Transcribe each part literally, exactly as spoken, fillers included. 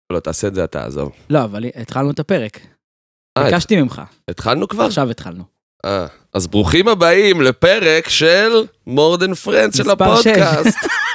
לא, תעשה את זה, אתה עזוב. לא, אבל התחלנו את הפרק. ביקשתי ממך. התחלנו כבר? עכשיו התחלנו. אה, אז ברוכים הבאים לפרק של More Than Friends של הפודקאסט.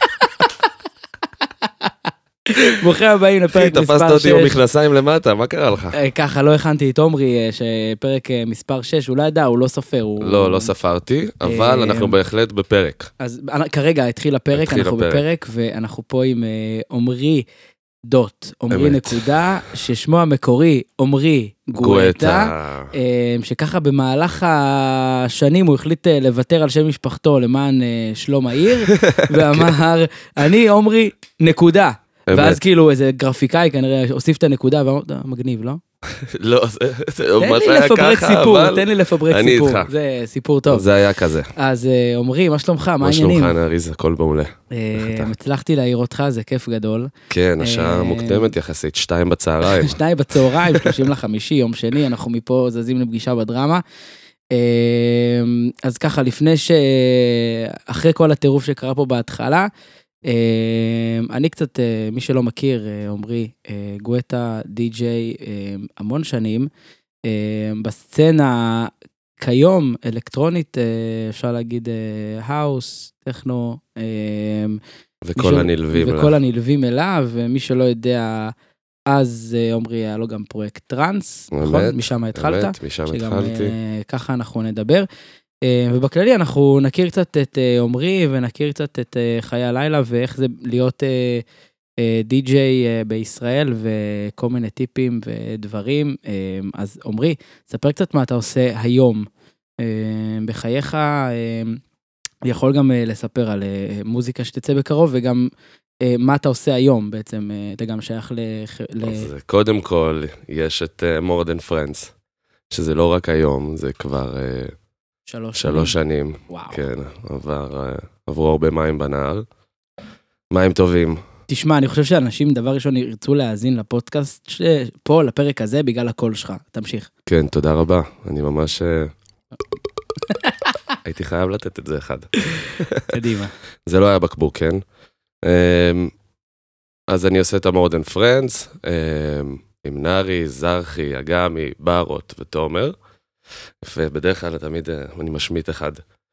ברוכים הבאים לפרק מספר שש. תפסת אותי במכנסיים למטה, מה קרה לך? ככה, לא הכנתי את עומרי, שפרק מספר שש, הוא לא ידע, הוא לא סופר. לא, לא ספרתי, אבל אנחנו בהחלט בפרק. אז כרגע התחיל הפרק, אנחנו בפרק, ואנחנו פה עם עומרי דוט, עומרי נקודה, ששמו המקורי עומרי גואטה, שככה במהלך השנים הוא החליט לוותר על שם משפחתו למען שלום העיר, ואמר, אני עומרי נקודה. ואז כאילו איזה גרפיקאי כנראה הוסיף את הנקודה, ואמרת, מגניב, לא? לא, זה ממש היה ככה, אבל... תן לי לפברק סיפור, תן לי לפברק סיפור, זה סיפור טוב. זה היה כזה. אז עומרי, מה שלומך? מה העניינים? מה שלומך, נאריז, הכל מעולה. הצלחתי להעיר אותך, זה כיף גדול. כן, השעה מוקדמת יחסית, שתיים בצהריים. שתיים בצהריים, שלושים לחמישי, יום שני, אנחנו מפה זזים לפגישה בדרמה. אז ככה, לפני ש... אחרי כל הטירוף שקרה פה בהתחלה, אני קצת, מי שלא מכיר, עומרי גואטה, די-ג'יי, המון שנים, בסצנה כיום אלקטרונית, אפשר להגיד האוס, טכנו, וכל הנלווים וכל הנלווים אליו, ומי שלא יודע, אז עומרי היה לו גם פרויקט טרנס, נכון? משם התחלת? באמת, משם התחלתי. ככה אנחנו נדבר. ובכללי אנחנו נכיר קצת את עומרי ונכיר קצת את חיי הלילה ואיך זה להיות די-ג'יי בישראל וכל מיני טיפים ודברים. אז עומרי, ספר קצת מה אתה עושה היום בחייך, יכול גם לספר על מוזיקה שתצא בקרוב וגם מה אתה עושה היום בעצם, אתה גם שייך ל... אז קודם כל יש את More Than Friends, שזה לא רק היום, זה כבר... שלוש, שלוש שנים, וואו. כן, עבר, עברו הרבה מים בנהר, מים טובים. תשמע, אני חושב שאנשים דבר ראשון ירצו להאזין לפודקאסט פה, לפרק הזה, בגלל הקול שלך, תמשיך. כן, תודה רבה, אני ממש, הייתי חייב לתת את זה אחד. קדימה. זה לא היה בקבוק, כן? אז אני עושה את ה-More Than Friends, עם נארי, זרחי, אגמי, ברות ותומר, ובדרך כלל תמיד אני משמיט אחד.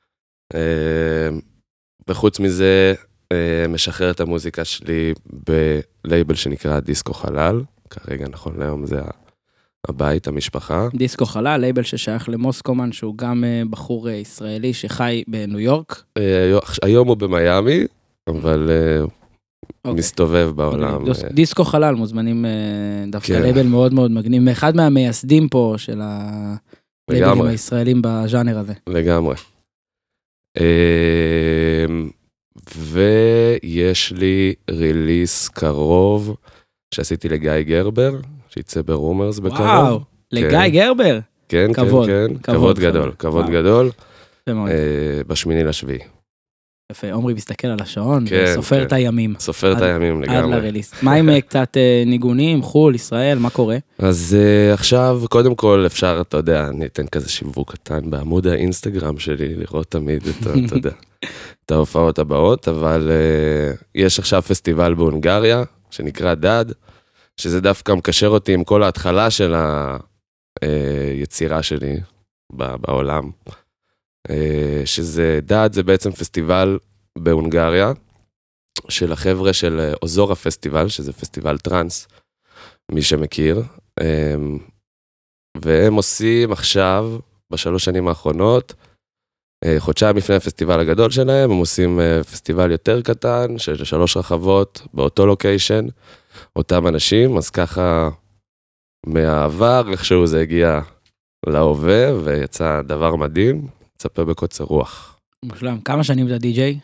וחוץ מזה, משחרר את המוזיקה שלי בלייבל שנקרא דיסקו חלל, כרגע נכון להיום זה הבית, המשפחה. דיסקו חלל, לייבל ששייך למוסקומן, שהוא גם בחור ישראלי שחי בניו יורק. היום הוא במיימי, אבל מסתובב בעולם. דיסקו חלל מוזמנים דווקא לייבל מאוד מאוד מגניב, מאחד מהמייסדים פה של ה... לייבלים הישראלים בז'אנר הזה. לגמרי. ויש לי ריליס קרוב שעשיתי לגיא גרבר, שיצא ברומרס בקרוב. וואו, לגיא גרבר? כן, כן, כן. כבוד גדול, כבוד גדול. בשמיני לשביעי. יפה, עומרי מסתכל על השעון, וסופר את הימים. סופר את הימים לגמרי. עד לריליס. מה עם קצת ניגונים, חול, ישראל, מה קורה? אז עכשיו, קודם כל אפשר, אתה יודע, אני אתן כזה שיווק קטן בעמוד האינסטגרם שלי, לראות תמיד את, אתה יודע, את ההופעות הבאות, אבל יש עכשיו פסטיבל בהונגריה, שנקרא דד, שזה דווקא מקשר אותי עם כל ההתחלה של היצירה שלי בעולם. שזה דד, זה בעצם פסטיבל בהונגריה, של החבר'ה של אוזור הפסטיבל, שזה פסטיבל טרנס, מי שמכיר, והם עושים עכשיו, בשלוש שנים האחרונות, חודשיים לפני הפסטיבל הגדול שלהם, הם עושים פסטיבל יותר קטן, של שלוש רחבות, באותו לוקיישן, אותם אנשים, אז ככה מהעבר, איכשהו זה הגיע להווה, ויצא דבר מדהים, צפה בקוצר רוח. מושלם. כמה שנים אתה די-ג'יי?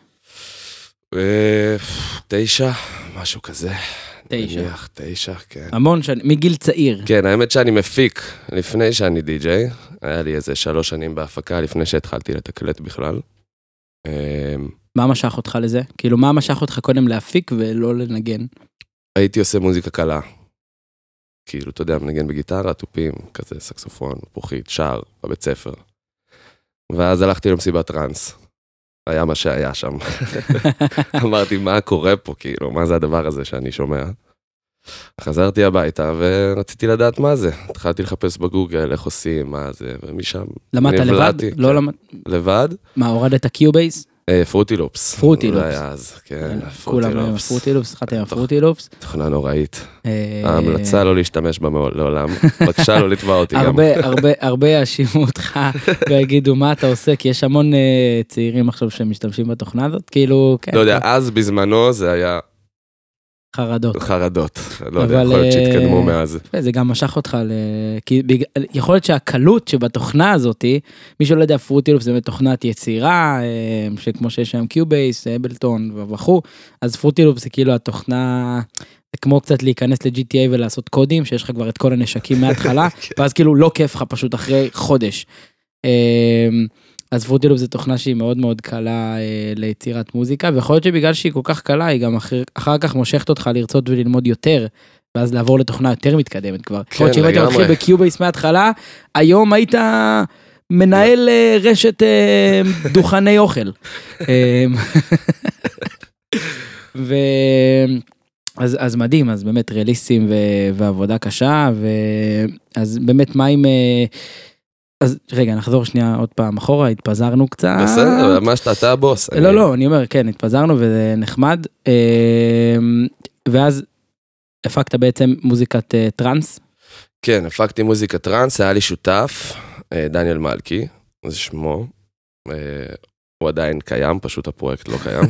תשע, משהו כזה. תשע. תשע, כן. המון שנים, מגיל צעיר. כן, האמת שאני מפיק לפני שאני די-ג'יי. היה לי איזה שלוש שנים בהפקה לפני שהתחלתי לתקלט בכלל. מה משך אותך לזה? כאילו, מה משך אותך קודם להפיק ולא לנגן? הייתי עושה מוזיקה קלה. כאילו, אתה יודע, מנגן בגיטרה, טופים, כזה סקסופון, פוחית, שר, בבית ספר. ואז הלכתי למסיבת טרנס. היה מה שהיה שם. אמרתי, מה קורה פה, כאילו, מה זה הדבר הזה שאני שומע? חזרתי הביתה ורציתי לדעת מה זה. התחלתי לחפש בגוגל איך עושים, מה זה, ומשם למדת לבד? לא למד... לבד. מה, הורדת קיובייס? פרוטי לופס. פרוטי לופס. זה היה אז, כן, פרוטי לופס. פרוטי לופס, התחלתי עם פרוטי לופס. תוכנה נוראית. ההמלצה לא להשתמש בה לעולם. בבקשה לא לתבע אותי גם. הרבה, הרבה, הרבה יאשימו אותך ויגידו מה אתה עושה, כי יש המון צעירים עכשיו שמשתמשים בתוכנה הזאת, כאילו, כן. לא יודע, אז בזמנו זה היה... חרדות. חרדות. לא יודע, יכול להיות שהתקדמו מאז. זה גם משך אותך ל... כי יכול להיות שהקלות שבתוכנה הזאת, מי שלא יודע, פרוטי לופס זה תוכנת יצירה, שכמו שיש שם קיובייס, אבלטון וכו', אז פרוטי לופס זה כאילו התוכנה, זה כמו קצת להיכנס ל-ג'י טי איי ולעשות קודים, שיש לך כבר את כל הנשקים מההתחלה, ואז כאילו לא כיף לך פשוט אחרי חודש. אז פרוטי לופס זו תוכנה שהיא מאוד מאוד קלה אה, ליצירת מוזיקה, ויכול להיות שבגלל שהיא כל כך קלה, היא גם אחר, אחר כך מושכת אותך לרצות וללמוד יותר, ואז לעבור לתוכנה יותר מתקדמת כבר. כן, יכול להיות שאם היית מתחיל בקיובייס מההתחלה, היום היית מנהל אה, רשת אה, דוכני אוכל. ו... אז, אז מדהים, אז באמת ריאליסטים ו... ועבודה קשה, ואז באמת מה עם... אה, אז רגע, נחזור שנייה עוד פעם אחורה, התפזרנו קצת. בסדר, ממש אתה הבוס. לא, לא, אני אומר, כן, התפזרנו וזה נחמד. ואז הפקת בעצם מוזיקת טרנס? כן, הפקתי מוזיקת טרנס, היה לי שותף, דניאל מלכי, זה שמו. הוא עדיין קיים, פשוט הפרויקט לא קיים.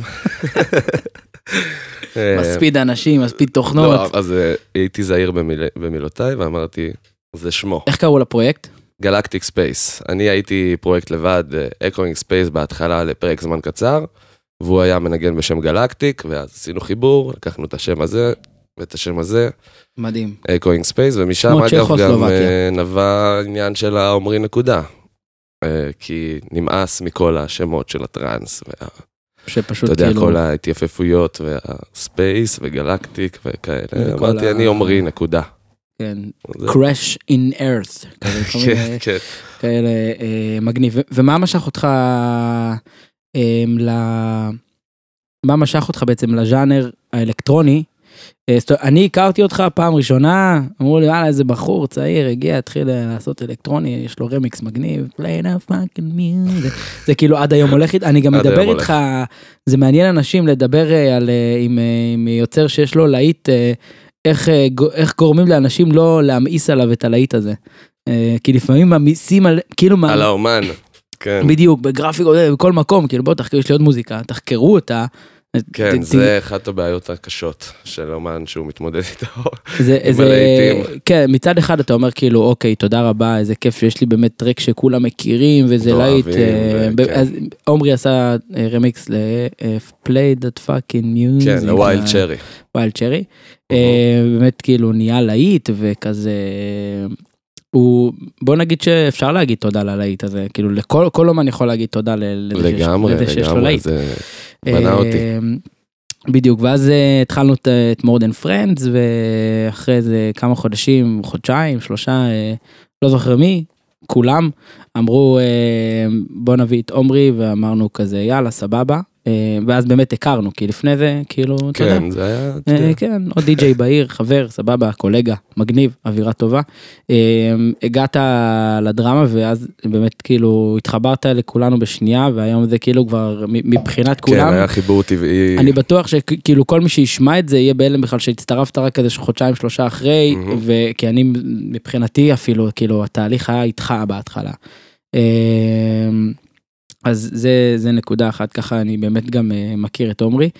מספיד אנשים, מספיד תוכנות. לא, אז הייתי זהיר במילותיי ואמרתי, זה שמו. איך קראו לפרויקט? גלקטיק ספייס. אני הייתי פרויקט לבד, אקוינג ספייס בהתחלה לפרק זמן קצר, והוא היה מנגן בשם גלקטיק, ואז עשינו חיבור, לקחנו את השם הזה, ואת השם הזה. מדהים. אקוינג ספייס, ומשם אגב גם נבע עניין של העומרי נקודה. כי נמאס מכל השמות של הטרנס, שפשוט אתה יודע, כל ההתייפפויות, והספייס וגלקטיק וכאלה. אמרתי, אני עומרי נקודה. כן, crash in earth, כאלה מגניב. ומה משך אותך, מה משך אותך בעצם לז'אנר האלקטרוני? אני הכרתי אותך פעם ראשונה, אמרו לי, יאללה, איזה בחור צעיר, הגיע, התחיל לעשות אלקטרוני, יש לו רמיקס מגניב, play the fucking music, זה כאילו עד היום הולך, אני גם מדבר איתך, זה מעניין אנשים לדבר עם יוצר שיש לו להיט, איך, איך גורמים לאנשים לא להמאיס עליו את הלהיט הזה. כי לפעמים ממאיסים על, כאילו... על האומן, כן. בדיוק, בגרפיקות, בכל מקום, כאילו בואו תחקרו, יש לי עוד מוזיקה, תחקרו אותה. כן, זה אחת הבעיות הקשות של אומן שהוא מתמודד איתו. עם הלהיטים. כן, מצד אחד אתה אומר כאילו, אוקיי, תודה רבה, איזה כיף שיש לי באמת טרק שכולם מכירים, וזה להיט. אז עומרי עשה רמיקס ל-Play that fucking music. כן, ל-Wild Cherry. ווילד צ'רי, באמת כאילו נהיה להיט וכזה, הוא, בוא נגיד שאפשר להגיד תודה ללהיט הזה, כאילו לכל כל אומן יכול להגיד תודה לזה שיש לו להיט. זה בנה אותי. בדיוק, ואז התחלנו את More Than Friends, ואחרי איזה כמה חודשים, חודשיים, שלושה, לא זוכר מי, כולם אמרו בוא נביא את עומרי, ואמרנו כזה יאללה סבבה, ואז באמת הכרנו, כי לפני זה, כאילו, אתה יודע. כן, זה היה... כן, עוד די-ג'יי בעיר, חבר, סבבה, קולגה, מגניב, אווירה טובה. הגעת לדרמה, ואז באמת, כאילו, התחברת לכולנו בשנייה, והיום זה כאילו כבר, מבחינת כולם... כן, היה חיבור טבעי. אני בטוח שכאילו, כל מי שישמע את זה, יהיה בהלם בכלל שהצטרפת רק איזה חודשיים, שלושה אחרי, וכי אני, מבחינתי אפילו, כאילו, התהליך היה איתך בהתחלה. אז זה, זה נקודה אחת, ככה אני באמת גם מכיר את עומרי.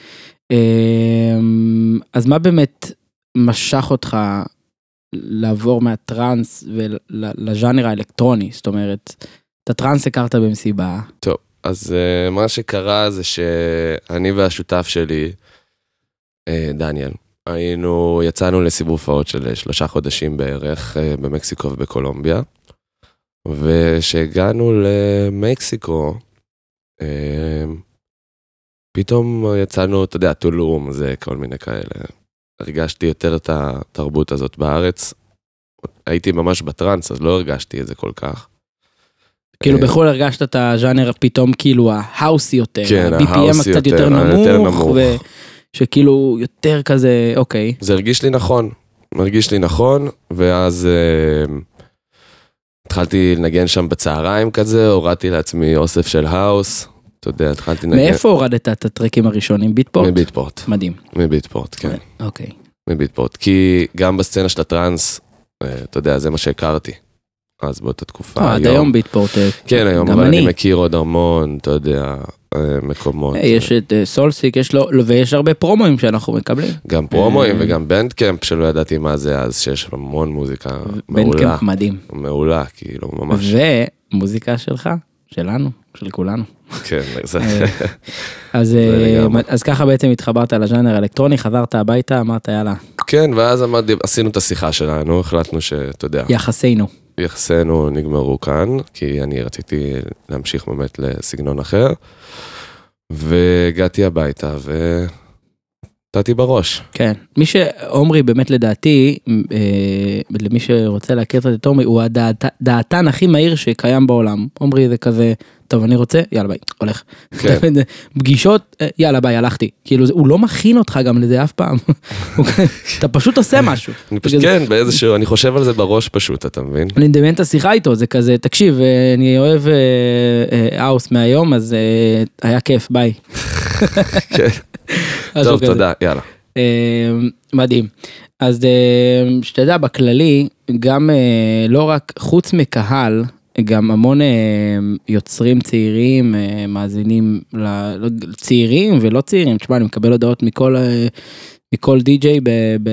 אז מה באמת משך אותך לעבור מהטרנס ולז'אנר האלקטרוני? זאת אומרת, את הטרנס הכרת במסיבה. טוב, אז מה שקרה זה שאני והשותף שלי, דניאל, היינו, יצאנו לסיבוב הופעות של שלושה חודשים בערך במקסיקו ובקולומביה, ושהגענו למקסיקו, פתאום יצאנו, אתה יודע, טולום, זה כל מיני כאלה. הרגשתי יותר את התרבות הזאת בארץ. הייתי ממש בטרנס, אז לא הרגשתי את זה כל כך. כאילו בכל הרגשת את הז'אנר פתאום כאילו ההאוסי יותר, כן, ה-בי פי אם קצת יותר נמוך, שכאילו יותר כזה, אוקיי. זה הרגיש לי נכון. מרגיש לי נכון, ואז אה, התחלתי לנגן שם בצהריים כזה, הורדתי לעצמי אוסף של האוס, אתה יודע, התחלתי לנגן... מאיפה הורדת את הטרקים הראשונים? ביטפורט? מביטפורט. מדהים. מביטפורט, כן. אוקיי. מביטפורט, כי גם בסצנה של הטרנס, אתה יודע, זה מה שהכרתי. אז באותה תקופה, עד היום ביטפורט. כן, היום, אבל אני מכיר עוד המון, אתה יודע, מקומות. יש את סולסיק, יש לו, ויש הרבה פרומואים שאנחנו מקבלים. גם פרומואים וגם בנדקאמפ, שלא ידעתי מה זה אז, שיש המון מוזיקה מעולה. בנדקאמפ מדהים. מעולה, כאילו, ממש. ומוזיקה שלך, שלנו, של כולנו. כן, זה... אז, אז ככה בעצם התחברת לז'אנר אלקטרוני, חזרת הביתה, אמרת יאללה. כן, ואז אמרתי, עשינו את השיחה שלנו, החלטנו שאתה יודע. יחסינו. יחסינו נגמרו כאן, כי אני רציתי להמשיך באמת לסגנון אחר, והגעתי הביתה ונתתי בראש. כן, מי שעומרי באמת לדעתי, למי שרוצה להכיר את עומרי, הוא הדעתן הכי מהיר שקיים בעולם. עומרי זה כזה, טוב אני רוצה, יאללה ביי, הולך. פגישות, יאללה ביי, הלכתי. כאילו הוא לא מכין אותך גם לזה אף פעם. אתה פשוט עושה משהו. כן, באיזשהו, אני חושב על זה בראש פשוט, אתה מבין? אני מדמיין את השיחה איתו, זה כזה, תקשיב, אני אוהב האוס מהיום, אז היה כיף, ביי. כן. טוב, תודה, יאללה. מדהים. אז שתדע, בכללי, גם לא רק חוץ מקהל, גם המון יוצרים צעירים, מאזינים צעירים ולא צעירים, תשמע, אני מקבל הודעות מכל, מכל די-ג'יי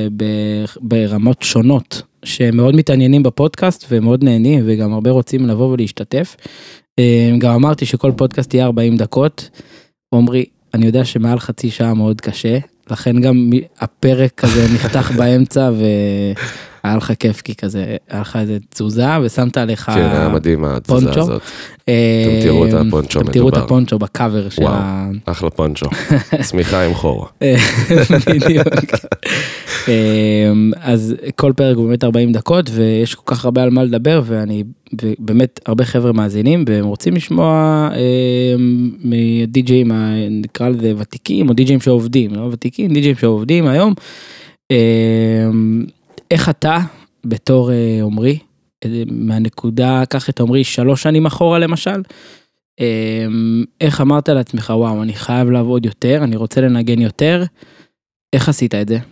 ברמות שונות, שמאוד מתעניינים בפודקאסט ומאוד נהנים, וגם הרבה רוצים לבוא ולהשתתף. גם אמרתי שכל פודקאסט יהיה ארבעים דקות, עומרי, אני יודע שמעל חצי שעה מאוד קשה, לכן גם הפרק כזה נחתך באמצע והיה לך כיף כי כזה, היה לך איזה תזוזה ושמת עליך כן, היה מדהים התזוזה הזאת. אתם תראו את הפונצ'ו מדובר. אתם תראו את הפונצ'ו בקאבר של ה... וואו, אחלה פונצ'ו. סמיכה עם חור. בדיוק. אז כל פרק הוא באמת ארבעים דקות ויש כל כך הרבה על מה לדבר ואני באמת הרבה חבר'ה מאזינים והם רוצים לשמוע מדי-ג'יים, נקרא לזה ותיקים או די-ג'יים שעובדים, לא ותיקים, די-ג'יים שעובדים היום. איך אתה בתור עומרי, מהנקודה, קח את עומרי שלוש שנים אחורה למשל, איך אמרת לעצמך, וואו, אני חייב לעבוד יותר, אני רוצה לנגן יותר, איך עשית את זה?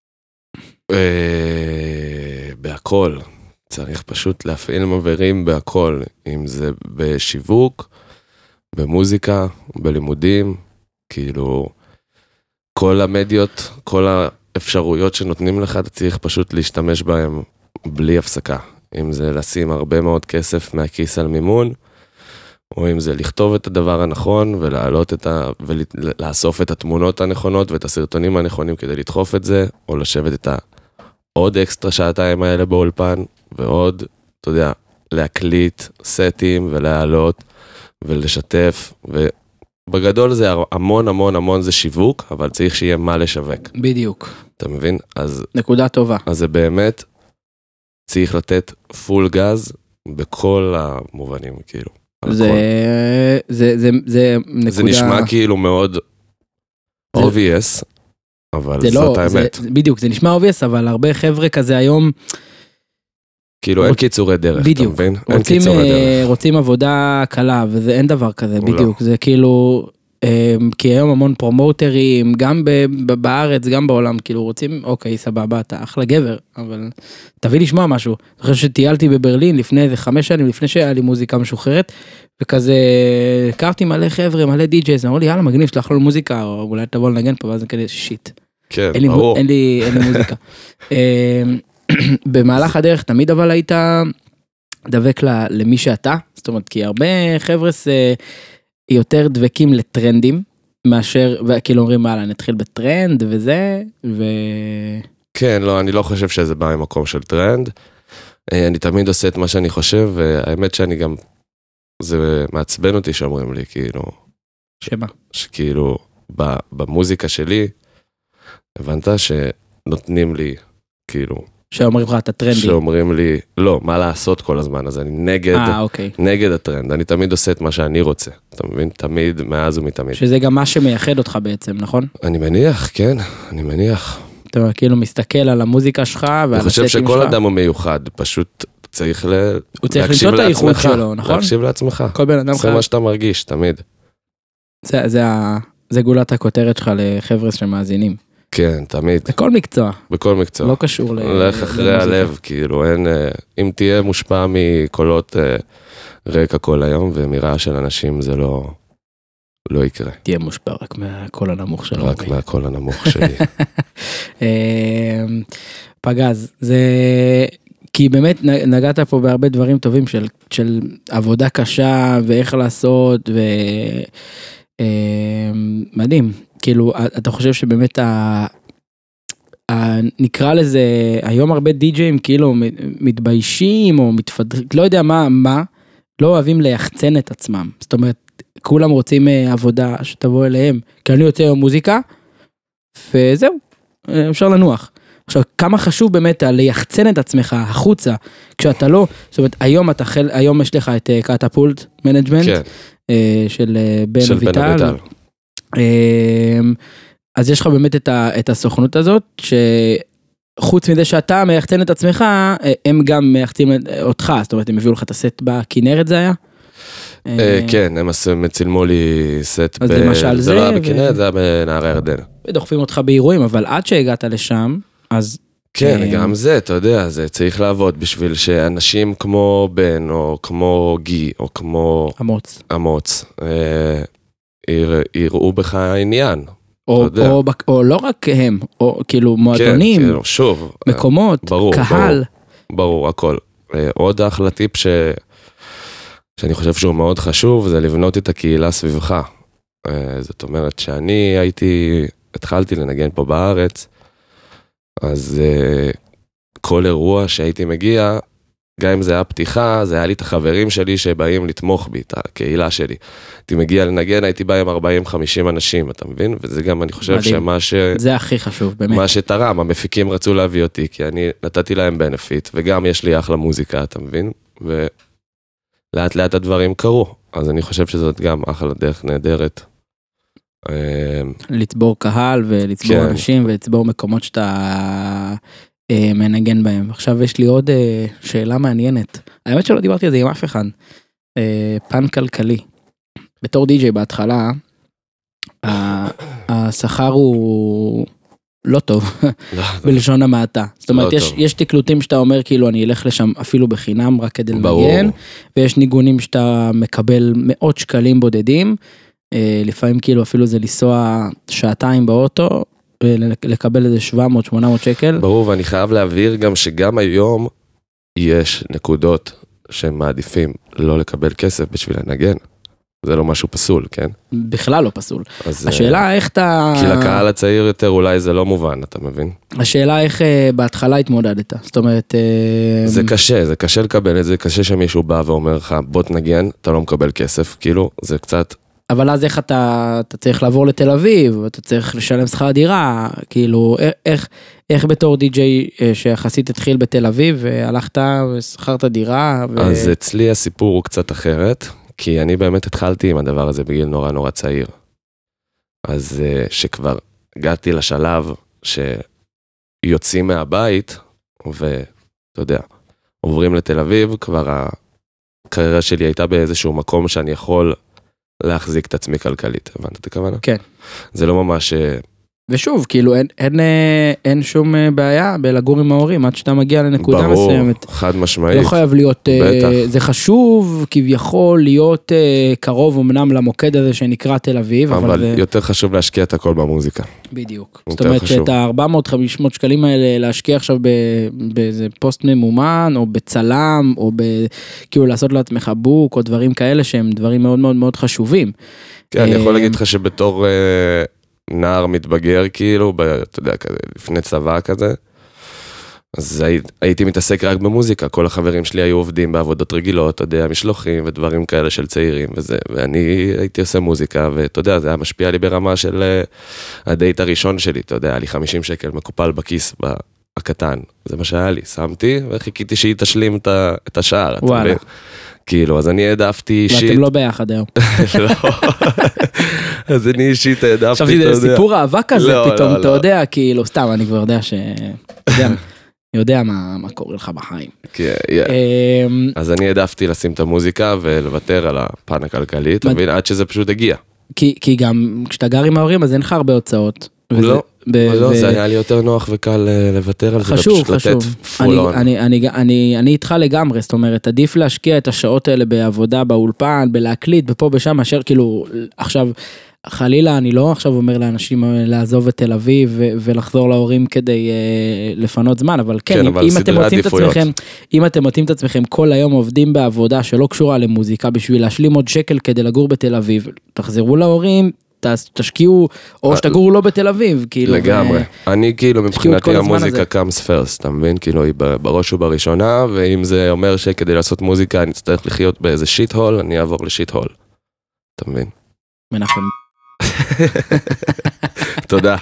בהכל, צריך פשוט להפעיל מבהרים בהכל, אם זה בשיווק, במוזיקה, בלימודים, כאילו, כל המדיות, כל האפשרויות שנותנים לך, אתה צריך פשוט להשתמש בהם בלי הפסקה. אם זה לשים הרבה מאוד כסף מהכיס על מימון, או אם זה לכתוב את הדבר הנכון, ולעלות את ה... ולאסוף את התמונות הנכונות, ואת הסרטונים הנכונים כדי לדחוף את זה, או לשבת את העוד אקסטרה שעתיים האלה באולפן, ועוד, אתה יודע, להקליט סטים, ולהעלות, ולשתף, ובגדול זה המון המון המון זה שיווק, אבל צריך שיהיה מה לשווק. בדיוק. אתה מבין? אז... נקודה טובה. אז זה באמת... צריך לתת פול גז בכל המובנים, כאילו. זה, זה, זה, זה נקודה... זה נשמע כאילו מאוד obvious, אבל זאת האמת. בדיוק, זה נשמע obvious, אבל הרבה חבר'ה כזה היום... כאילו אין קיצורי דרך, אתה מבין? אין קיצורי דרך. רוצים עבודה קלה, ואין דבר כזה, בדיוק. זה כאילו... כי היום המון פרומוטרים, גם בארץ, גם בעולם, כאילו רוצים, אוקיי, סבבה, אתה אחלה גבר, אבל תביא לשמוע משהו. אני חושב שטיילתי בברלין לפני איזה חמש שנים, לפני שהיה לי מוזיקה משוחררת, וכזה, הכרתי מלא חבר'ה, מלא די-ג'ייז, אמרו לי, יאללה, מגניב, שלח לנו מוזיקה, או אולי תבוא לנגן פה, ואז אני כזה, שיט. כן, ברור. אין לי מוזיקה. במהלך הדרך, תמיד אבל היית דבק למי שאתה, זאת אומרת, כי הרבה חבר'ה יותר דבקים לטרנדים, מאשר, וכאילו אומרים, מעלה, נתחיל בטרנד וזה, ו... כן, לא, אני לא חושב שזה בא ממקום של טרנד, אני תמיד עושה את מה שאני חושב, והאמת שאני גם, זה מעצבן אותי שאומרים לי, כאילו... שמה? שכאילו, במוזיקה שלי, הבנת שנותנים לי, כאילו... שאומרים לך, אתה טרנדי. שאומרים לי, לא, מה לעשות כל הזמן, אז אני נגד, אה, אוקיי. נגד הטרנד, אני תמיד עושה את מה שאני רוצה, אתה מבין? תמיד, מאז ומתמיד. שזה גם מה שמייחד אותך בעצם, נכון? אני מניח, כן, אני מניח. אתה כאילו מסתכל על המוזיקה שלך ועל הסטים שלך. אני חושב שכל אדם הוא מיוחד, פשוט צריך ל... הוא צריך למצוא את הייחוד שלו, נכון? להקשיב לעצמך. כל בן אדם זה מה שאתה מרגיש, תמיד. זה, זה, זה גולת הכותרת שלך לחבר'ה שמאזינים. כן, תמיד. בכל מקצוע. בכל מקצוע. לא קשור ל... לך אחרי הלב, כאילו, אין... אם תהיה מושפע מקולות רקע כל היום, ומראה של אנשים, זה לא... לא יקרה. תהיה מושפע רק מהקול הנמוך שלו. רק מהקול הנמוך שלי. פגז, זה... כי באמת נגעת פה בהרבה דברים טובים של, של עבודה קשה ואיך לעשות ו... מדהים. כאילו, אתה חושב שבאמת ה... ה... נקרא לזה, היום הרבה די-ג'ים כאילו מתביישים או מתפדרים, לא יודע מה, מה, לא אוהבים ליחצן את עצמם. זאת אומרת, כולם רוצים עבודה שתבוא אליהם, כי אני יוצא עם מוזיקה, וזהו, אפשר לנוח. עכשיו, כמה חשוב באמת ליחצן את עצמך החוצה, כשאתה לא, זאת אומרת, היום אתה חל, היום יש לך את קטפולט מנג'מנט, כן. של בן של אביטל. בן אביטל. אז יש לך באמת את, ה, את הסוכנות הזאת, שחוץ מזה שאתה מייחצן את עצמך, הם גם מייחצים אותך, זאת אומרת, הם הביאו לך את הסט בכנרת זה היה? כן, הם צילמו לי סט, אז למשל זה לא היה בכנרת, זה היה בנהר הירדן. ודוחפים אותך באירועים, אבל עד שהגעת לשם, אז... כן, גם זה, אתה יודע, זה צריך לעבוד בשביל שאנשים כמו בן, או כמו גי, או כמו... אמוץ. אמוץ, יראו בך עניין. או, או, או לא רק הם, או כאילו מועדונים, כן, כאילו, שוב, מקומות, ברור, קהל. ברור, ברור, הכל. עוד אחלה טיפ ש... שאני חושב שהוא מאוד חשוב, זה לבנות את הקהילה סביבך. זאת אומרת, שאני הייתי, התחלתי לנגן פה בארץ, אז כל אירוע שהייתי מגיע, גם אם זה היה פתיחה, זה היה לי את החברים שלי שבאים לתמוך בי, את הקהילה שלי. הייתי מגיע לנגן, הייתי בא עם ארבעים חמישים אנשים, אתה מבין? וזה גם, אני חושב שמה ש... זה הכי חשוב, באמת. מה שתרם, המפיקים רצו להביא אותי, כי אני נתתי להם בנפיט, וגם יש לי אחלה מוזיקה, אתה מבין? ולאט לאט הדברים קרו, אז אני חושב שזאת גם אחלה דרך נהדרת. לצבור קהל ולצבור כן. אנשים ולצבור מקומות שאתה אה, מנגן בהם. עכשיו יש לי עוד אה, שאלה מעניינת. האמת שלא דיברתי על זה עם אף אחד. אה, פן כלכלי. בתור די-ג'יי בהתחלה, השכר הוא לא טוב, בלשון המעטה. זאת אומרת, יש, יש תקלוטים שאתה אומר כאילו אני אלך לשם אפילו בחינם רק כדי לנגן, ויש ניגונים שאתה מקבל מאות שקלים בודדים, לפעמים כאילו אפילו זה לנסוע שעתיים באוטו, לקבל איזה שבע מאות שמונה מאות שקל. ברור, ואני חייב להבהיר גם שגם היום יש נקודות שהם מעדיפים לא לקבל כסף בשביל לנגן. זה לא משהו פסול, כן? בכלל לא פסול. אז, השאלה איך אתה... כי לקהל הצעיר יותר אולי זה לא מובן, אתה מבין? השאלה איך בהתחלה התמודדת. זאת אומרת... זה קשה, זה קשה לקבל את זה, קשה שמישהו בא ואומר לך, בוא תנגן, אתה לא מקבל כסף, כאילו, זה קצת... אבל אז איך אתה, אתה צריך לעבור לתל אביב, אתה צריך לשלם שכר דירה, כאילו, איך, איך בתור די-ג'יי שיחסית התחיל בתל אביב, והלכת ושכרת דירה? ו... אז אצלי הסיפור הוא קצת אחרת, כי אני באמת התחלתי עם הדבר הזה בגיל נורא נורא צעיר. אז שכבר הגעתי לשלב שיוצאים מהבית, ואתה יודע, עוברים לתל אביב, כבר הקריירה שלי הייתה באיזשהו מקום שאני יכול להחזיק את עצמי כלכלית, הבנת את הכוונה? כן. זה לא ממש... ושוב, כאילו אין, אין, אין שום בעיה בלגור עם ההורים, עד שאתה מגיע לנקודה ברור, מסוימת. ברור, חד משמעית. לא חייב להיות, בטח. זה חשוב כביכול להיות קרוב אמנם למוקד הזה שנקרא תל אביב, אבל, אבל זה... יותר חשוב להשקיע את הכל במוזיקה. בדיוק. זאת אומרת שאת ה-ארבע מאות חמש מאות שקלים האלה להשקיע עכשיו באיזה פוסט ממומן, או בצלם, או ב... כאילו לעשות לעצמך בוק, או דברים כאלה שהם דברים מאוד מאוד מאוד חשובים. כן, אני יכול להגיד לך שבתור... נער מתבגר כאילו, ב, אתה יודע, כזה, לפני צבא כזה, אז הי, הייתי מתעסק רק במוזיקה, כל החברים שלי היו עובדים בעבודות רגילות, אתה יודע, משלוחים ודברים כאלה של צעירים וזה, ואני הייתי עושה מוזיקה, ואתה יודע, זה היה משפיע לי ברמה של uh, הדייט הראשון שלי, אתה יודע, היה לי חמישים שקל מקופל בכיס הקטן, זה מה שהיה לי, שמתי וחיכיתי שהיא תשלים את, את השער, אתה מבין? כאילו, אז אני העדפתי אישית... ואתם לא ביחד היום. לא. אז אני אישית העדפתי, עכשיו זה סיפור אהבה כזה, פתאום אתה יודע, כאילו, סתם, אני כבר יודע ש... יודע מה קורה לך בחיים. אז אני העדפתי לשים את המוזיקה ולוותר על הפן הכלכלי, אתה מבין? עד שזה פשוט הגיע. כי גם כשאתה גר עם ההורים, אז אין לך הרבה הוצאות. לא, לא, זה היה לי יותר נוח וקל לוותר על זה. חשוב, חשוב. אני איתך לגמרי, זאת אומרת, עדיף להשקיע את השעות האלה בעבודה, באולפן, בלהקליט, בפה בשם, מאשר כאילו, עכשיו, חלילה, אני לא עכשיו אומר לאנשים לעזוב את תל אביב ולחזור להורים כדי לפנות זמן, אבל כן, אם אתם מוצאים את עצמכם, אם אתם מוצאים את עצמכם כל היום עובדים בעבודה שלא קשורה למוזיקה, בשביל להשלים עוד שקל כדי לגור בתל אביב, תחזרו להורים, תשקיעו, או שתגורו לא בתל אביב, כאילו. לגמרי. אני כאילו מבחינתי המוזיקה comes first, אתה מבין? כאילו היא בראש ובראשונה, ואם זה אומר שכדי לעשות מוזיקה אני אצטרך לחיות באיזה שיט הול, אני אעבור לשיט הול. אתה מבין? מנחם. תודה.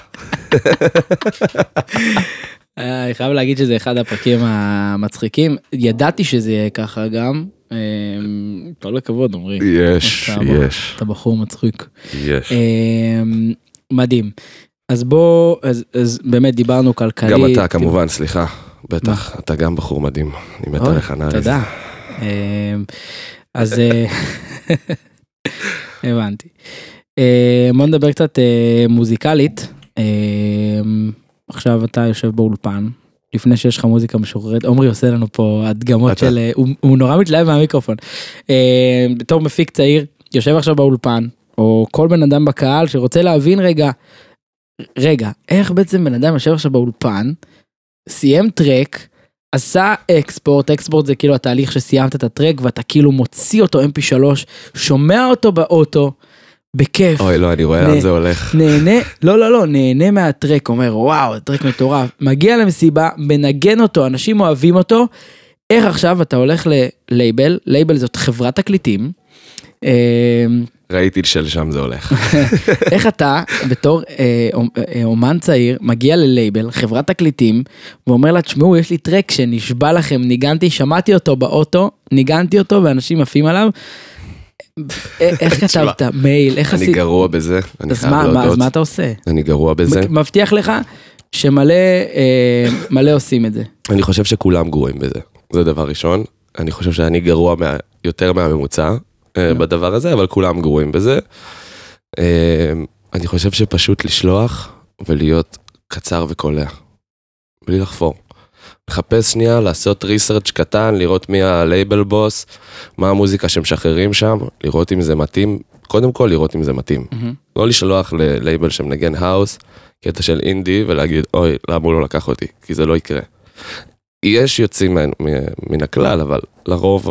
אני חייב להגיד שזה אחד הפרקים המצחיקים, ידעתי שזה יהיה ככה גם, כל הכבוד, עמרי. יש, יש. אתה בחור מצחיק. יש. מדהים. אז בוא, אז באמת דיברנו כלכלית. גם אתה כמובן, סליחה, בטח, אתה גם בחור מדהים. אני מת עליך נער. תודה. אז הבנתי. בוא נדבר קצת מוזיקלית. עכשיו אתה יושב באולפן. לפני שיש לך מוזיקה משוחררת, עומרי עושה לנו פה הדגמות של, הוא נורא מתלהב מהמיקרופון. בתור מפיק צעיר, יושב עכשיו באולפן, או כל בן אדם בקהל שרוצה להבין רגע, רגע, איך בעצם בן אדם יושב עכשיו באולפן, סיים טרק, עשה אקספורט, אקספורט זה כאילו התהליך שסיימת את הטרק, ואתה כאילו מוציא אותו אם פי שלוש, שומע אותו באוטו, בכיף. אוי, לא, אני רואה לאן זה הולך. נהנה, לא, לא, לא, נהנה מהטרק, אומר, וואו, הטרק מטורף. מגיע למסיבה, מנגן אותו, אנשים אוהבים אותו. איך עכשיו אתה הולך ללייבל, לייבל זאת חברת תקליטים. ראיתי שלשם זה הולך. איך אתה, בתור אומן צעיר, מגיע ללייבל, חברת תקליטים, ואומר לה, תשמעו, יש לי טרק שנשבע לכם, ניגנתי, שמעתי אותו באוטו, ניגנתי אותו, ואנשים עפים עליו. איך כתבת? מייל, איך עשית? אני גרוע בזה, אני חייב להודות. אז מה אתה עושה? אני גרוע בזה. מבטיח לך שמלא מלא עושים את זה. אני חושב שכולם גרועים בזה, זה דבר ראשון. אני חושב שאני גרוע יותר מהממוצע בדבר הזה, אבל כולם גרועים בזה. אני חושב שפשוט לשלוח ולהיות קצר וקולע, בלי לחפור. לחפש שנייה, לעשות ריסרצ' קטן, לראות מי הלייבל בוס, מה המוזיקה שמשחררים שם, לראות אם זה מתאים, קודם כל לראות אם זה מתאים. Mm-hmm. לא לשלוח ללייבל שמנגן האוס, קטע של אינדי, ולהגיד, אוי, למה הוא לא לקח אותי? כי זה לא יקרה. יש יוצאים מן, מן הכלל, אבל לרוב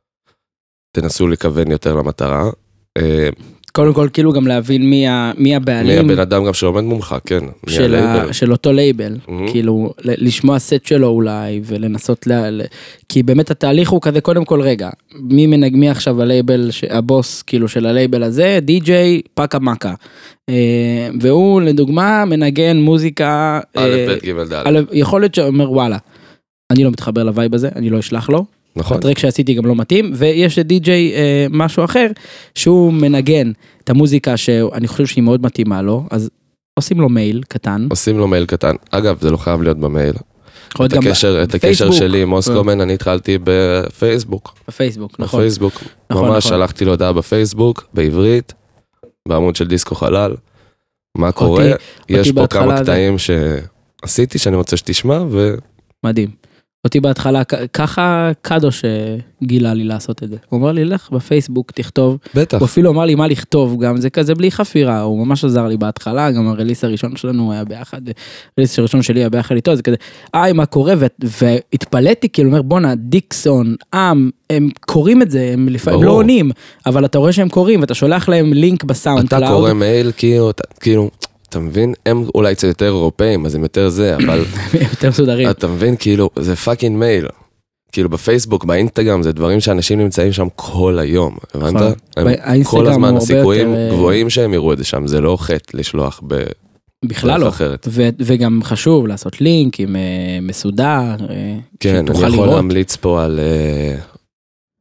תנסו לכוון יותר למטרה. קודם כל, כאילו גם להבין מי, מי הבעלים. מי הבן אדם גם שעומד מולך, כן. של, ה, של אותו לייבל. Mm-hmm. כאילו, לשמוע סט שלו אולי, ולנסות ל... כי באמת התהליך הוא כזה, קודם כל, רגע, מי מנג, מי עכשיו הלייבל, הבוס, כאילו, של הלייבל הזה, די-ג'יי, פקה מקה. והוא, לדוגמה, מנגן מוזיקה... א', ב', ג', ד'. יכול להיות שאומר, וואלה, אני לא מתחבר לווייב הזה, אני לא אשלח לו. נכון. הטרק שעשיתי גם לא מתאים, ויש די-ג'יי אה, משהו אחר, שהוא מנגן את המוזיקה שאני חושב שהיא מאוד מתאימה לו, אז עושים לו מייל קטן. עושים לו מייל קטן. אגב, זה לא חייב להיות במייל. את הקשר, את הקשר שלי עם מוסקומן, אני התחלתי בפייסבוק. בפייסבוק, נכון. בפייסבוק. ממש שלחתי לו הודעה בפייסבוק, בעברית, בעמוד של דיסקו חלל. מה קורה? יש פה כמה קטעים שעשיתי, שאני רוצה שתשמע, ו... מדהים. אותי בהתחלה, ככה קדוש גילה לי לעשות את זה. הוא אומר לי, לך בפייסבוק, תכתוב. בטח. הוא אפילו אמר לי מה לכתוב, גם זה כזה בלי חפירה, הוא ממש עזר לי בהתחלה, גם הרליס הראשון שלנו היה ביחד, הרליס הראשון שלי היה ביחד איתו, זה כזה, איי, מה קורה? והתפלאתי, כאילו, אומר, בונה, דיקסון, עם, הם קוראים את זה, הם לפעמים לא עונים, אבל אתה רואה שהם קוראים, ואתה שולח להם לינק בסאונד קלאוד. אתה קורא מייל, כאילו, אתה מבין? הם אולי קצת יותר אירופאים, אז הם יותר זה, אבל... יותר מסודרים. אתה מבין, כאילו, זה פאקינג מייל. כאילו בפייסבוק, באינסטגרם, זה דברים שאנשים נמצאים שם כל היום. הבנת? הם כל הזמן הסיכויים גבוהים שהם יראו את זה שם, זה לא חטא לשלוח ב... בכלל לא. וגם חשוב לעשות לינק עם מסודר, כן, אני יכול להמליץ פה על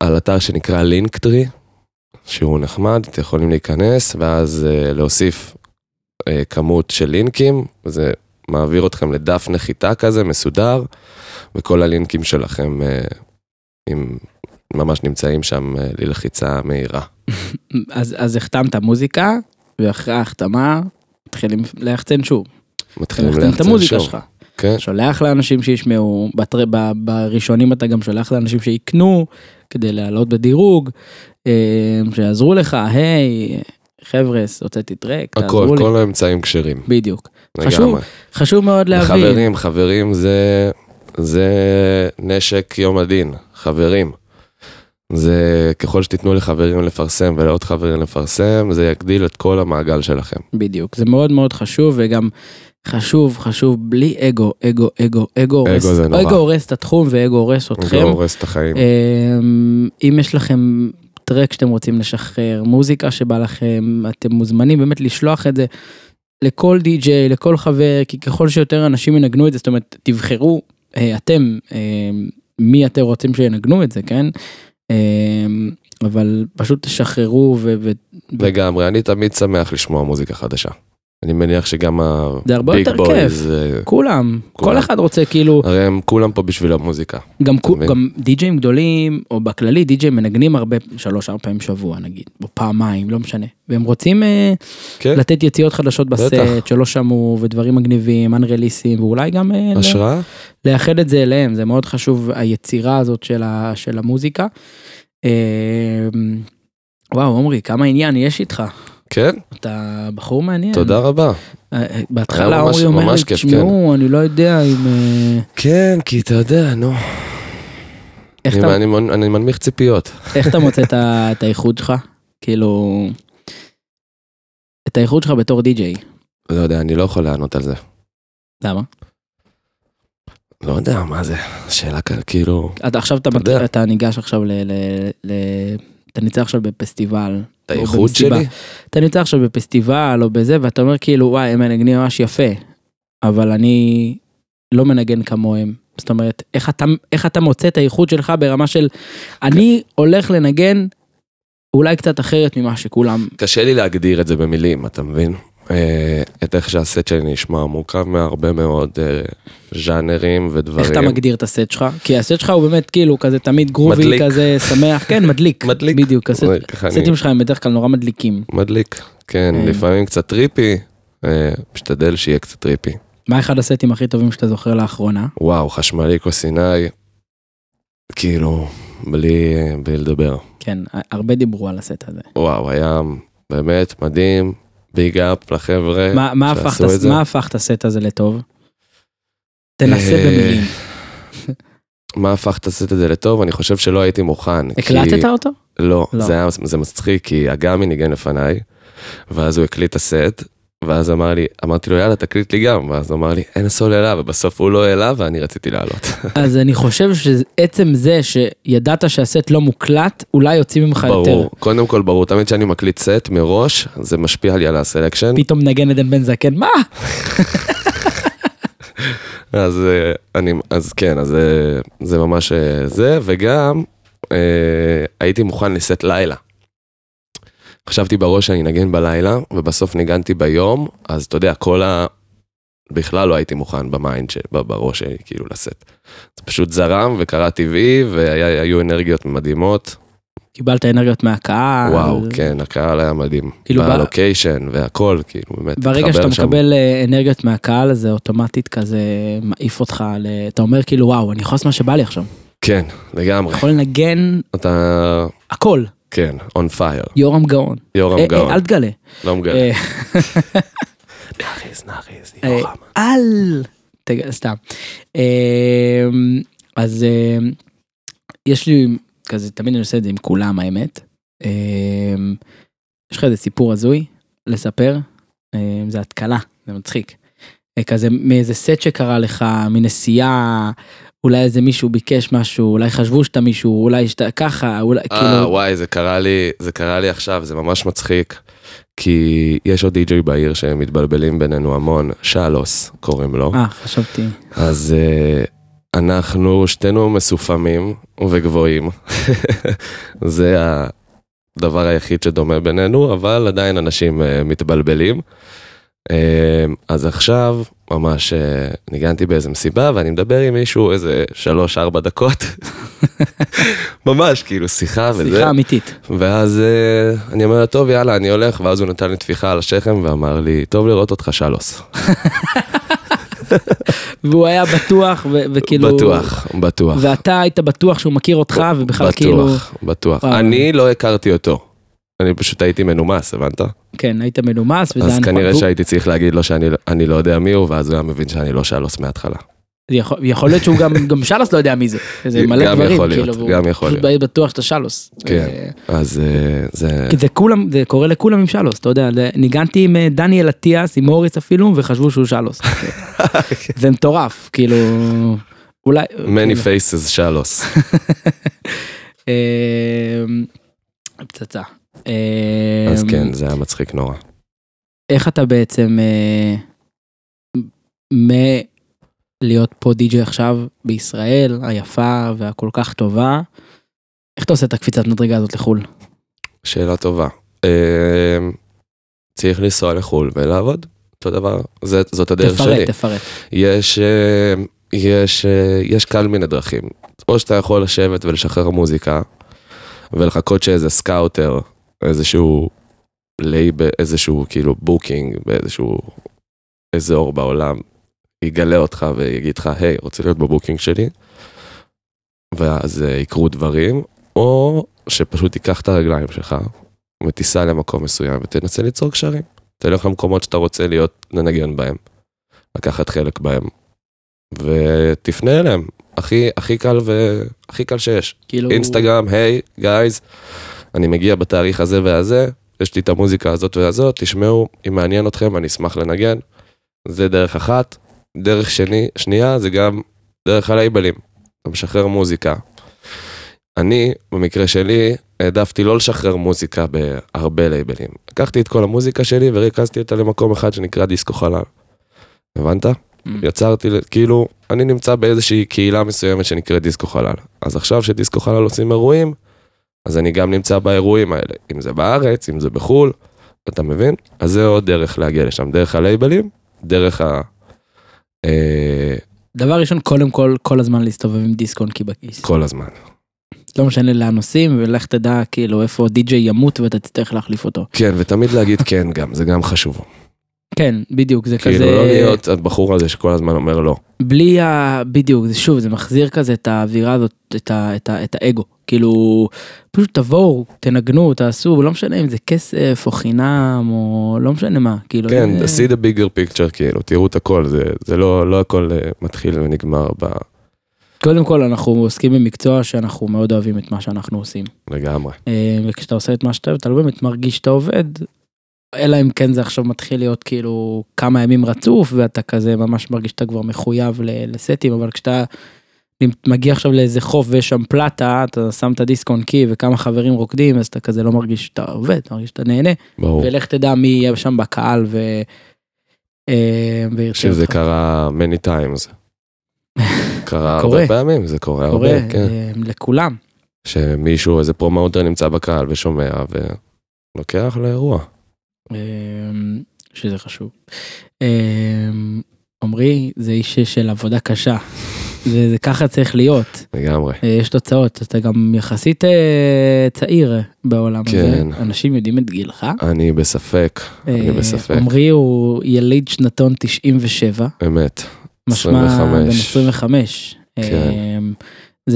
על אתר שנקרא לינקטרי, שהוא נחמד, אתם יכולים להיכנס, ואז uh, להוסיף uh, כמות של לינקים, וזה מעביר אתכם לדף נחיתה כזה, מסודר, וכל הלינקים שלכם uh, עם, ממש נמצאים שם uh, ללחיצה מהירה. אז, אז החתמת מוזיקה, ואחרי ההחתמה, מתחילים להחצן שוב. מתחילים להחתן את להחצן המוזיקה שוב. שלך. כן. שולח לאנשים שישמעו, בטר... ב... בראשונים אתה גם שולח לאנשים שיקנו, כדי לעלות בדירוג, שיעזרו לך, היי, חבר'ה, הוצאתי טרק, תעזרו הכל, לי. כל האמצעים כשרים. בדיוק. לגמרי. חשוב, חשוב מאוד להבין. חברים, חברים זה, זה נשק יום הדין, חברים. זה ככל שתיתנו לחברים לפרסם ולעוד חברים לפרסם, זה יגדיל את כל המעגל שלכם. בדיוק, זה מאוד מאוד חשוב, וגם חשוב, חשוב, בלי אגו, אגו, אגו, אגו הורס, אגו זה נורא. אגו הורס את התחום ואגו הורס אתכם. אגו הורס את החיים. אם יש לכם טרק שאתם רוצים לשחרר, מוזיקה שבא לכם, אתם מוזמנים באמת לשלוח את זה לכל די-ג'יי, לכל חבר, כי ככל שיותר אנשים ינגנו את זה, זאת אומרת, תבחרו אתם, מי אתם רוצים שינגנו את זה, כן? אבל פשוט תשחררו ו... לגמרי, אני תמיד שמח לשמוע מוזיקה חדשה. אני מניח שגם הביג בויז... כולם, כל אחד רוצה כאילו... הרי הם כולם פה בשביל המוזיקה. גם די-ג'יים גדולים, או בכללי, די-ג'יים מנגנים הרבה, שלוש, ארבע פעמים שבוע נגיד, או פעמיים, לא משנה. והם רוצים לתת יציאות חדשות בסט, שלא שמעו, ודברים מגניבים, אנרליסים, ואולי גם... השראה? לאחד את זה אליהם, זה מאוד חשוב, היצירה הזאת של המוזיקה. וואו, עומרי, כמה עניין יש איתך? כן? אתה בחור מעניין. תודה רבה. בהתחלה עומרי אומר, תשמעו, אני לא יודע אם... כן, כי אתה יודע, נו. אני מנמיך ציפיות. איך אתה מוצא את האיחוד שלך? כאילו... את האיחוד שלך בתור די-ג'יי. לא יודע, אני לא יכול לענות על זה. למה? לא יודע, מה זה? שאלה כאילו... עכשיו אתה ניגש עכשיו ל... אתה ניצא עכשיו בפסטיבל. את האיחוד שלי? אתה ניצא עכשיו בפסטיבל או בזה, ואתה אומר כאילו, וואי, הם מנגנים ממש יפה, אבל אני לא מנגן כמוהם. זאת אומרת, איך אתה, איך אתה מוצא את האיחוד שלך ברמה של, אני הולך לנגן אולי קצת אחרת ממה שכולם... קשה לי להגדיר את זה במילים, אתה מבין? את איך שהסט שלי נשמע מורכב מהרבה מאוד ז'אנרים ודברים. איך אתה מגדיר את הסט שלך? כי הסט שלך הוא באמת כאילו כזה תמיד גרובי, כזה שמח, כן, מדליק. מדליק. בדיוק, הסטים שלך הם בדרך כלל נורא מדליקים. מדליק, כן, לפעמים קצת טריפי, משתדל שיהיה קצת טריפי. מה אחד הסטים הכי טובים שאתה זוכר לאחרונה? וואו, חשמליק או סיני, כאילו, בלי, בלי לדבר. כן, הרבה דיברו על הסט הזה. וואו, היה באמת מדהים. ביג אפ לחבר'ה שעשו את זה. מה הפך את הסט הזה לטוב? תנסה במילים. מה הפך את הסט הזה לטוב? אני חושב שלא הייתי מוכן. הקלטת אותו? לא, זה מצחיק, כי הגמי ניגן לפניי, ואז הוא הקליט את הסט, ואז אמר לי, אמרתי לו, יאללה, תקליט לי גם, ואז הוא אמר לי, אין סוללה, ובסוף הוא לא העלה, ואני רציתי לעלות. אז אני חושב שעצם זה שידעת שהסט לא מוקלט, אולי יוצאים ממך יותר. ברור, קודם כל ברור, תמיד שאני מקליט סט מראש, זה משפיע לי על הסלקשן. פתאום נגן עדן בן זקן, מה? אז אני, אז כן, אז זה ממש זה, וגם הייתי מוכן לסט לילה. חשבתי בראש שאני נגן בלילה, ובסוף ניגנתי ביום, אז אתה יודע, כל ה... בכלל לא הייתי מוכן במיינד, בראש שלי, כאילו, לסט. זה פשוט זרם, וקרה טבעי, והיו אנרגיות מדהימות. קיבלת אנרגיות מהקהל. וואו, כן, הקהל היה מדהים. בלוקיישן והכל, כאילו, באמת. ברגע שאתה מקבל אנרגיות מהקהל, זה אוטומטית כזה מעיף אותך, אתה אומר כאילו, וואו, אני יכול לעשות מה שבא לי עכשיו. כן, לגמרי. יכול לנגן... אתה... הכל. כן, on fire. יורם גאון. יורם גאון. אל תגלה. לא מגלה. נאריז, נאריז, יורם. אל. סתם. אז יש לי כזה, תמיד אני עושה את זה עם כולם, האמת. יש לך איזה סיפור הזוי לספר? זה התקלה, זה מצחיק. כזה מאיזה סט שקרה לך, מנסיעה, אולי איזה מישהו ביקש משהו, אולי חשבו שאתה מישהו, אולי שאתה ככה, אולי כאילו... אה, וואי, זה קרה לי, זה קרה לי עכשיו, זה ממש מצחיק, כי יש עוד די-ג'יי בעיר שהם מתבלבלים בינינו המון, שלוס קוראים לו. אה, חשבתי. אז אנחנו שתינו מסופמים וגבוהים. זה הדבר היחיד שדומה בינינו, אבל עדיין אנשים מתבלבלים. אז עכשיו ממש ניגנתי באיזה מסיבה, ואני מדבר עם מישהו איזה שלוש, ארבע דקות. ממש, כאילו, שיחה וזה. שיחה אמיתית. ואז אני אומר, טוב, יאללה, אני הולך, ואז הוא נתן לי טפיחה על השכם, ואמר לי, טוב לראות אותך שלוס. והוא היה בטוח, וכאילו... בטוח, בטוח. ואתה היית בטוח שהוא מכיר אותך, ובכלל כאילו... בטוח, בטוח. אני לא הכרתי אותו. אני פשוט הייתי מנומס, הבנת? כן, היית מנומס, אז כנראה שהייתי צריך להגיד לו שאני לא יודע מי הוא, ואז הוא היה מבין שאני לא שלוס מההתחלה. יכול להיות שהוא גם שלוס לא יודע מי זה. זה מלא דברים, כאילו. גם יכול להיות. פשוט בטוח שאתה שלוס. כן, אז זה... כי זה כולם, זה קורה לכולם עם שלוס, אתה יודע, ניגנתי עם דניאל אטיאס, עם מוריס אפילו, וחשבו שהוא שלוס. זה מטורף, כאילו... אולי... many faces שלוס. פצצה. אז כן, זה היה מצחיק נורא. איך אתה בעצם מלהיות פה די-ג'יי עכשיו בישראל, היפה והכל כך טובה, איך אתה עושה את הקפיצת מדרגה הזאת לחול? שאלה טובה. צריך לנסוע לחול ולעבוד, אותו דבר, זאת הדרך שלי. תפרט, תפרט. יש, יש, יש כל מיני דרכים. או שאתה יכול לשבת ולשחרר מוזיקה, ולחכות שאיזה סקאוטר, איזשהו לייב, איזשהו כאילו בוקינג, באיזשהו אזור בעולם, יגלה אותך ויגיד לך, היי, רוצה להיות בבוקינג שלי? ואז יקרו דברים, או שפשוט תיקח את הרגליים שלך, ותיסע למקום מסוים, ותנסה ליצור קשרים. תלך למקומות שאתה רוצה להיות, לנגן בהם, לקחת חלק בהם, ותפנה אליהם. הכי, הכי קל והכי קל שיש. כאילו... אינסטגרם, היי, גייז, אני מגיע בתאריך הזה והזה, יש לי את המוזיקה הזאת והזאת, תשמעו, אם מעניין אתכם, אני אשמח לנגן. זה דרך אחת. דרך שני, שנייה, זה גם דרך הלייבלים. אתה משחרר מוזיקה. אני, במקרה שלי, העדפתי לא לשחרר מוזיקה בהרבה לייבלים. לקחתי את כל המוזיקה שלי וריכזתי אותה למקום אחד שנקרא דיסקו חלל. הבנת? יצרתי, כאילו, אני נמצא באיזושהי קהילה מסוימת שנקראת דיסקו חלל. אז עכשיו שדיסקו חלל עושים אירועים, אז אני גם נמצא באירועים האלה. אם זה בארץ, אם זה בחול, אתה מבין? אז זה עוד דרך להגיע לשם. דרך הלייבלים, דרך ה... דבר ראשון, קודם כל, כל הזמן להסתובב עם דיסק-און-קי בכיס. כל הזמן. לא משנה לאן נוסעים, ולך תדע, כאילו, איפה די-ג'יי ימות ואתה תצטרך להחליף אותו. כן, ותמיד להגיד כן גם, זה גם חשוב. כן, בדיוק, זה כאילו כזה... כאילו לא להיות הבחור הזה שכל הזמן אומר לא. בלי ה... בדיוק, זה שוב, זה מחזיר כזה את האווירה הזאת, את, ה... את, ה... את האגו. כאילו, פשוט תבואו, תנגנו, תעשו, לא משנה אם זה כסף או חינם, או לא משנה מה. כאילו, כן, זה... see the bigger picture, כאילו, תראו את הכל, זה, זה לא, לא הכל מתחיל ונגמר ב... קודם כל, אנחנו עוסקים במקצוע שאנחנו מאוד אוהבים את מה שאנחנו עושים. לגמרי. וכשאתה עושה את מה שאתה אוהב, אתה לא באמת מרגיש שאתה עובד, אלא אם כן זה עכשיו מתחיל להיות כאילו כמה ימים רצוף, ואתה כזה ממש מרגיש שאתה כבר מחויב לסטים, אבל כשאתה מגיע עכשיו לאיזה חוף ויש שם פלטה, אתה שם את הדיסק-און-קי וכמה חברים רוקדים, אז אתה כזה לא מרגיש שאתה עובד, אתה מרגיש שאתה נהנה. ברור. ולך תדע מי יהיה שם בקהל ו... שזה קרה many times. קרה הרבה פעמים, זה קורה הרבה, כן. לכולם. שמישהו, איזה פרומוטר נמצא בקהל ושומע ולוקח לאירוע. שזה חשוב. עומרי, זה איש של עבודה קשה. זה ככה צריך להיות. לגמרי. יש תוצאות, אתה גם יחסית צעיר בעולם הזה. אנשים יודעים את גילך. אני בספק, אני בספק. עומרי הוא יליד שנתון תשעים ושבע. אמת. משמע בן עשרים וחמש. כן. זה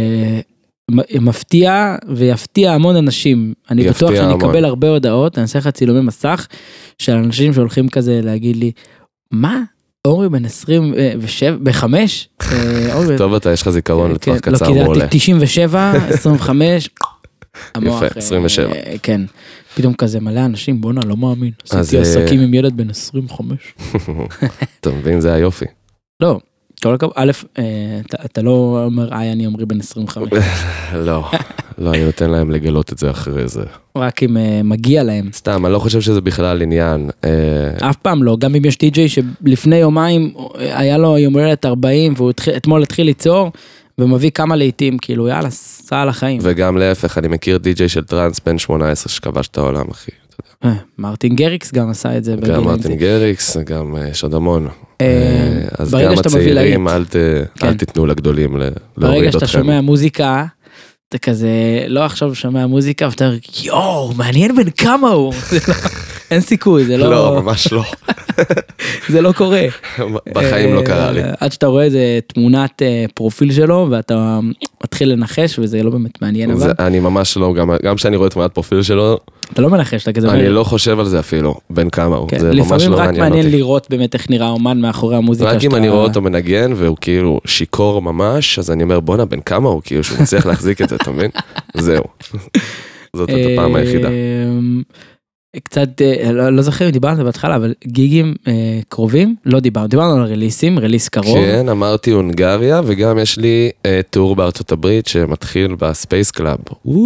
מפתיע ויפתיע המון אנשים. אני בטוח שאני אקבל הרבה הודעות, אני אעשה לך צילומי מסך, של אנשים שהולכים כזה להגיד לי, מה? אורי בן עשרים ושבע, בחמש? טוב, אתה יש לך זיכרון לטווח קצר מעולה. לא, כי זה תשעים ושבע, עשרים וחמש, יפה, עשרים ושבע. כן, פתאום כזה מלא אנשים, בונה, לא מאמין. עשיתי עסקים עם ילד בן עשרים וחמש. אתה מבין, זה היופי. לא, כל הכבוד, א', אתה לא אומר, איי, אני עומרי בן עשרים וחמש. לא, לא, אני נותן להם לגלות את זה אחרי זה. רק אם uh, מגיע להם. סתם, אני לא חושב שזה בכלל עניין. Uh... אף פעם לא, גם אם יש די-ג'יי שלפני יומיים היה לו יום הולדת ארבעים, והוא התחיל, אתמול התחיל ליצור, ומביא כמה לעיתים, כאילו יאללה, סע על החיים. וגם להפך, אני מכיר די-ג'יי של טרנס בן שמונה עשרה שכבש את העולם, אחי. מרטין גריקס גם עשה את זה. גם מרטין גריקס, גם יש עוד המון. אז גם הצעירים, אל תיתנו לגדולים להוריד אתכם. ברגע שאתה שומע מוזיקה, אתה כזה, לא עכשיו שומע מוזיקה, ואתה אומר, יואו, מעניין בין כמה הוא. אין סיכוי, זה לא... לא, ממש לא. זה לא קורה. בחיים לא קרה לי. עד שאתה רואה איזה תמונת פרופיל שלו, ואתה מתחיל לנחש, וזה לא באמת מעניין. אני ממש לא, גם כשאני רואה תמונת פרופיל שלו, אתה לא מנחש, אתה כזה... אני לא חושב על זה אפילו, בין כמה הוא. זה ממש לא מעניין אותי. לפעמים רק מעניין לראות באמת איך נראה אומן מאחורי המוזיקה. רק אם אני רואה אותו מנגן, והוא כאילו שיקור ממש, אז אני אומר, בוא'נה, בין כמה הוא, כאילו שהוא מצליח להחזיק את זה, אתה מבין? זהו. זאת את הפעם היחידה. קצת, לא זוכר אם דיברנו על זה בהתחלה, אבל גיגים קרובים, לא דיברנו, דיברנו על רליסים, רליס קרוב. כן, אמרתי הונגריה, וגם יש לי טור בארצות הברית שמתחיל בספייס קלאב.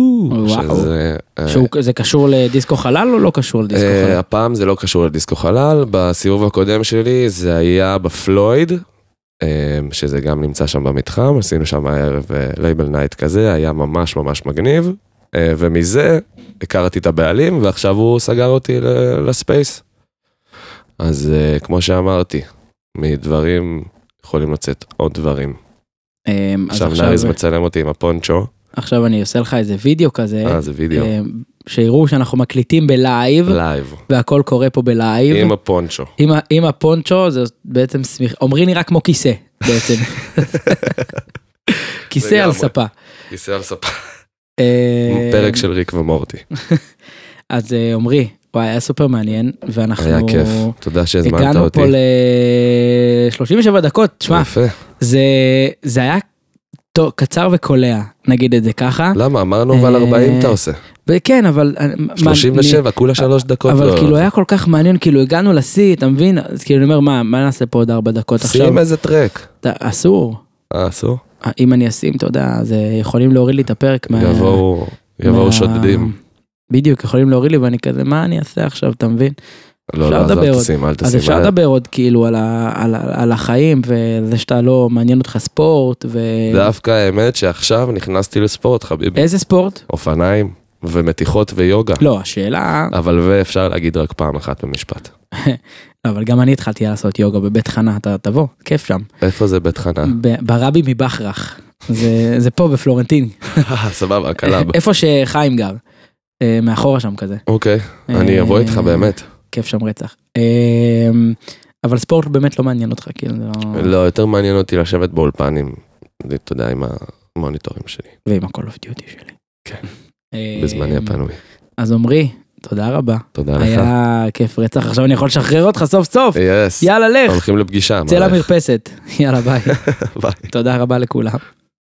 זה קשור לדיסקו חלל או לא קשור לדיסקו חלל? הפעם זה לא קשור לדיסקו חלל, בסיבוב הקודם שלי זה היה בפלויד, שזה גם נמצא שם במתחם, עשינו שם הערב לייבל נייט כזה, היה ממש ממש מגניב. ומזה הכרתי את הבעלים, ועכשיו הוא סגר אותי לספייס. אז כמו שאמרתי, מדברים יכולים לצאת עוד דברים. עכשיו נאריז מצלם אותי עם הפונצ'ו. עכשיו אני עושה לך איזה וידאו כזה. אה, זה וידאו. שיראו שאנחנו מקליטים בלייב. לייב. והכל קורה פה בלייב. עם הפונצ'ו. עם הפונצ'ו, זה בעצם סמיך, אומרי נראה כמו כיסא, בעצם. כיסא על ספה. כיסא על ספה. פרק של ריק ומורטי. אז עומרי, וואי, היה סופר מעניין, ואנחנו... היה כיף, תודה שהזמנת אותי. הגענו פה ל-שלושים ושבע דקות, תשמע, זה היה קצר וקולע, נגיד את זה ככה. למה? אמרנו אבל ארבעים אתה עושה. כן, אבל... שלושים ושבע, כולה שלוש דקות. אבל כאילו היה כל כך מעניין, כאילו הגענו לשיא, אתה מבין? אז כאילו אני אומר, מה נעשה פה עוד ארבע דקות עכשיו? שים איזה טרק. אסור. אה, אסור? אם אני אשים, אתה יודע, אז יכולים להוריד לי את הפרק. יבואו, יבואו שודדים. בדיוק, יכולים להוריד לי, ואני כזה, מה אני אעשה עכשיו, אתה מבין? לא, לא, אז אל תשים, אל תשים. אז אפשר לדבר עוד כאילו על החיים, וזה שאתה לא מעניין אותך ספורט, ו... דווקא האמת שעכשיו נכנסתי לספורט, חביבי. איזה ספורט? אופניים, ומתיחות ויוגה. לא, השאלה... אבל ואפשר להגיד רק פעם אחת במשפט. אבל גם אני התחלתי לעשות יוגה בבית חנה, אתה תבוא, כיף שם. איפה זה בית חנה? ברבי מבחרח, זה פה בפלורנטין. סבבה, קלאב. איפה שחיים גר, מאחורה שם כזה. אוקיי, אני אבוא איתך באמת. כיף שם רצח. אבל ספורט באמת לא מעניין אותך, כאילו זה לא... לא, יותר מעניין אותי לשבת באולפנים, אתה יודע, עם המוניטורים שלי. ועם ה-Call of Duty שלי. כן, בזמני הפנוי. אז עומרי, תודה רבה. תודה לך. היה כיף רצח, עכשיו אני יכול לשחרר אותך סוף סוף. יס. יאללה, לך. הולכים לפגישה. צא למרפסת. יאללה, ביי. ביי. תודה רבה לכולם.